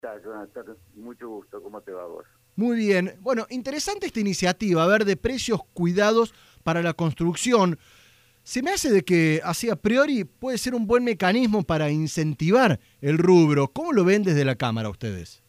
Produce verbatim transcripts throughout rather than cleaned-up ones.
Está, Jonathan, mucho gusto. ¿Cómo te va vos? Muy bien. Bueno, interesante esta iniciativa, a ver, de precios cuidados para la construcción. Se me hace de que, así a priori, puede ser un buen mecanismo para incentivar el rubro. ¿Cómo lo ven desde la Cámara ustedes?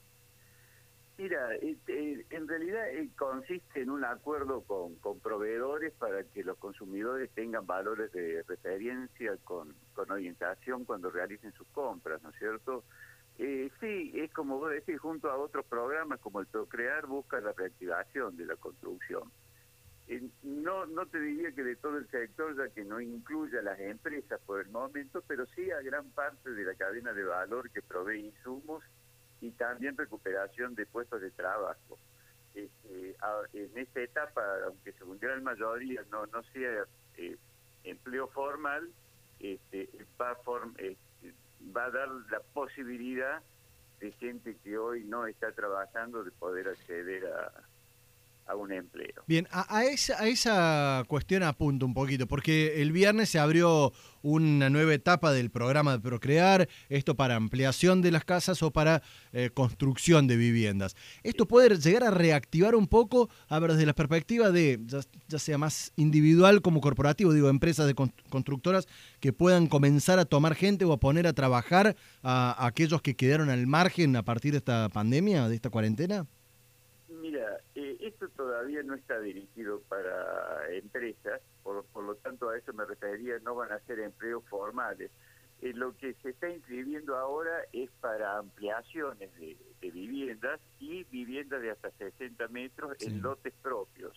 Mira, eh, eh, en realidad eh, consiste en un acuerdo con, con proveedores para que los consumidores tengan valores de referencia con, con orientación cuando realicen sus compras, ¿no es cierto? Eh, sí, es como vos decís, junto a otros programas como el Procrear busca la reactivación de la construcción. Eh, no, no te diría que de todo el sector, ya que no incluye a las empresas por el momento, pero sí a gran parte de la cadena de valor que provee insumos y también recuperación de puestos de trabajo. Este, a, en esta etapa, aunque según gran mayoría no, no sea eh, empleo formal, este, va, form, eh, va a dar la posibilidad de gente que hoy no está trabajando de poder acceder a a un empleo. Bien, a, a, esa, a esa cuestión apunto un poquito, porque el viernes se abrió una nueva etapa del programa de Procrear, esto para ampliación de las casas o para eh, construcción de viviendas. ¿Esto puede llegar a reactivar un poco, a ver, desde la perspectiva de, ya, ya sea más individual como corporativo, digo, empresas de constructoras que puedan comenzar a tomar gente o a poner a trabajar a, a aquellos que quedaron al margen a partir de esta pandemia, de esta cuarentena? Mira, eh, esto todavía no está dirigido para empresas, por, por lo tanto a eso me refería, no van a ser empleos formales. Eh, lo que se está inscribiendo ahora es para ampliaciones de, de viviendas y viviendas de hasta sesenta metros Sí. en lotes propios.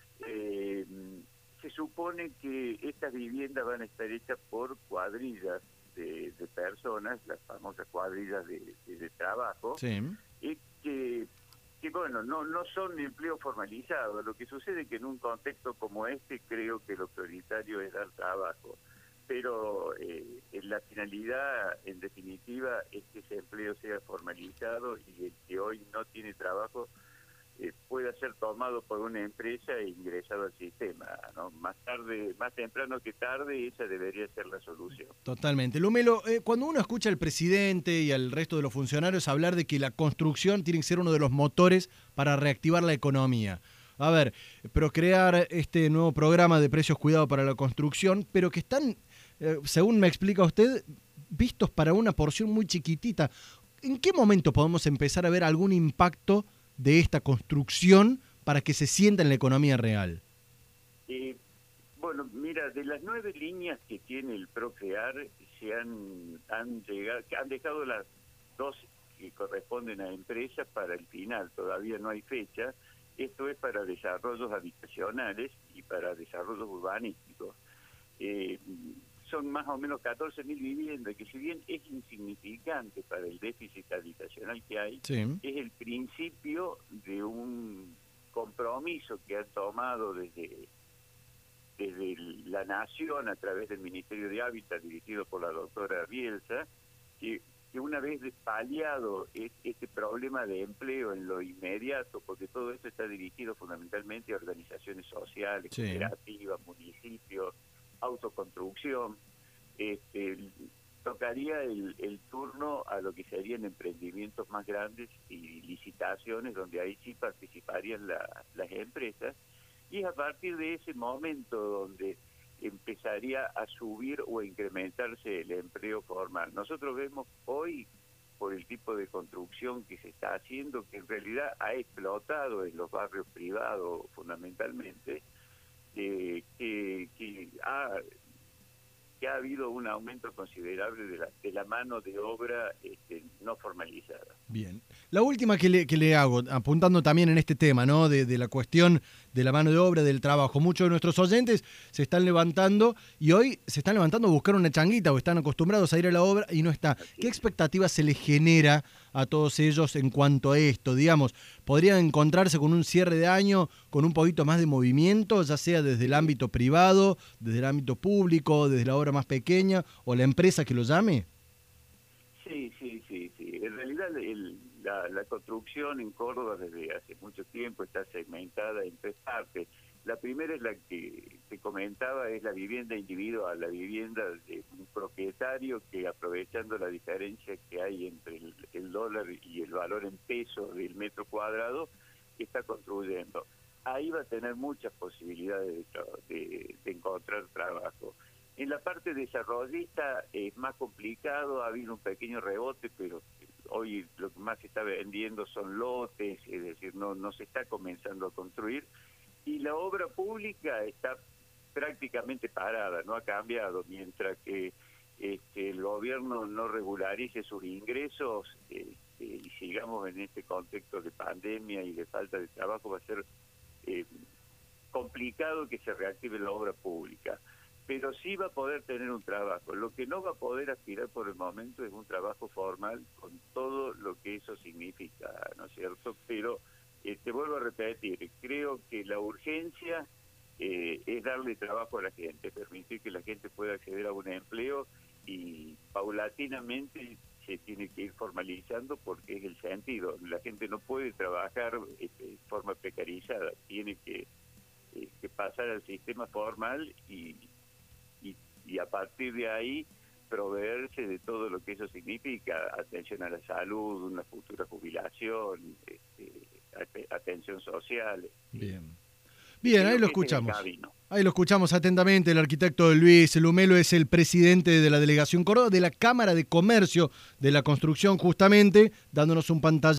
Eh, se supone que estas viviendas van a estar hechas por cuadrillas de, de personas, las famosas cuadrillas de, de, de trabajo, Sí. y que que bueno, no no son empleos formalizados. Lo que sucede es que en un contexto como este creo que lo prioritario es dar trabajo, pero eh, la finalidad en definitiva es que ese empleo sea formalizado y el que hoy no tiene trabajo eh, pueda ser tomado por una empresa e ingresado al sistema, ¿no? Más tarde, más temprano que tarde, esa debería ser la solución. Totalmente. Lumelo, eh, cuando uno escucha al presidente y al resto de los funcionarios hablar de que la construcción tiene que ser uno de los motores para reactivar la economía. A ver, Procrear este nuevo programa de precios cuidados para la construcción, pero que están, eh, según me explica usted, vistos para una porción muy chiquitita. ¿En qué momento podemos empezar a ver algún impacto de esta construcción para que se sienta en la economía real? Eh, Bueno, mira, de las nueve líneas que tiene el Procrear, se han, han, llegado, han dejado las dos que corresponden a empresas para el final, todavía no hay fecha. Esto es para desarrollos habitacionales y para desarrollos urbanísticos. Eh, son más o menos catorce mil viviendas, que si bien es insignificante para el déficit habitacional que hay, Sí. es el principio de un compromiso que han tomado desde desde la Nación a través del Ministerio de Hábitat dirigido por la doctora Bielsa, que, que una vez despaliado este problema de empleo en lo inmediato, porque todo esto está dirigido fundamentalmente a organizaciones sociales, Sí. cooperativas, municipios, autoconstrucción, este, tocaría el, el turno a lo que serían emprendimientos más grandes y licitaciones donde ahí sí participarían la, las empresas. Y es a partir de ese momento donde empezaría a subir o a incrementarse el empleo formal. Nosotros vemos hoy, por el tipo de construcción que se está haciendo, que en realidad ha explotado en los barrios privados fundamentalmente, eh, que, que ha... que ha habido un aumento considerable de la, de la mano de obra este, no formalizada. Bien. La última que le, que le hago, apuntando también en este tema, ¿no? De, de la cuestión de la mano de obra, del trabajo. Muchos de nuestros oyentes se están levantando y hoy se están levantando a buscar una changuita o están acostumbrados a ir a la obra y no está. Así ¿Qué es. expectativa se les genera a todos ellos en cuanto a esto? Digamos, ¿podrían encontrarse con un cierre de año con un poquito más de movimiento, ya sea desde el ámbito privado, desde el ámbito público, desde la obra más pequeña o la empresa que lo llame? Sí, sí, sí, sí. En realidad el, la, la construcción en Córdoba desde hace mucho tiempo está segmentada en tres partes. La primera es la que te comentaba, es la vivienda individual, la vivienda de un propietario que, aprovechando la diferencia que hay entre el, el dólar y el valor en peso del metro cuadrado, está construyendo. Ahí va a tener muchas posibilidades de, de, de encontrar trabajo. En la parte desarrollista es más complicado, ha habido un pequeño rebote, pero hoy lo que más se está vendiendo son lotes, es decir, no, no se está comenzando a construir, y la obra pública está prácticamente parada, no ha cambiado, mientras que este, el gobierno no regularice sus ingresos este, y sigamos en este contexto de pandemia y de falta de trabajo, va a ser eh, complicado que se reactive la obra pública. Pero sí va a poder tener un trabajo. Lo que no va a poder aspirar por el momento es un trabajo formal con todo lo que eso significa, ¿no es cierto? Pero eh, te vuelvo a repetir, creo que la urgencia eh, es darle trabajo a la gente, permitir que la gente pueda acceder a un empleo y paulatinamente se tiene que ir formalizando porque es el sentido. La gente no puede trabajar eh, de forma precarizada, tiene que, eh, que pasar al sistema formal y Y, y a partir de ahí proveerse de todo lo que eso significa, atención a la salud, una futura jubilación, este, atención social. Bien, bien, ahí lo escuchamos. Es ahí lo escuchamos atentamente. El arquitecto Luis Lumelo es el presidente de la Delegación Córdoba, de la Cámara de Comercio de la Construcción, justamente, dándonos un pantallazo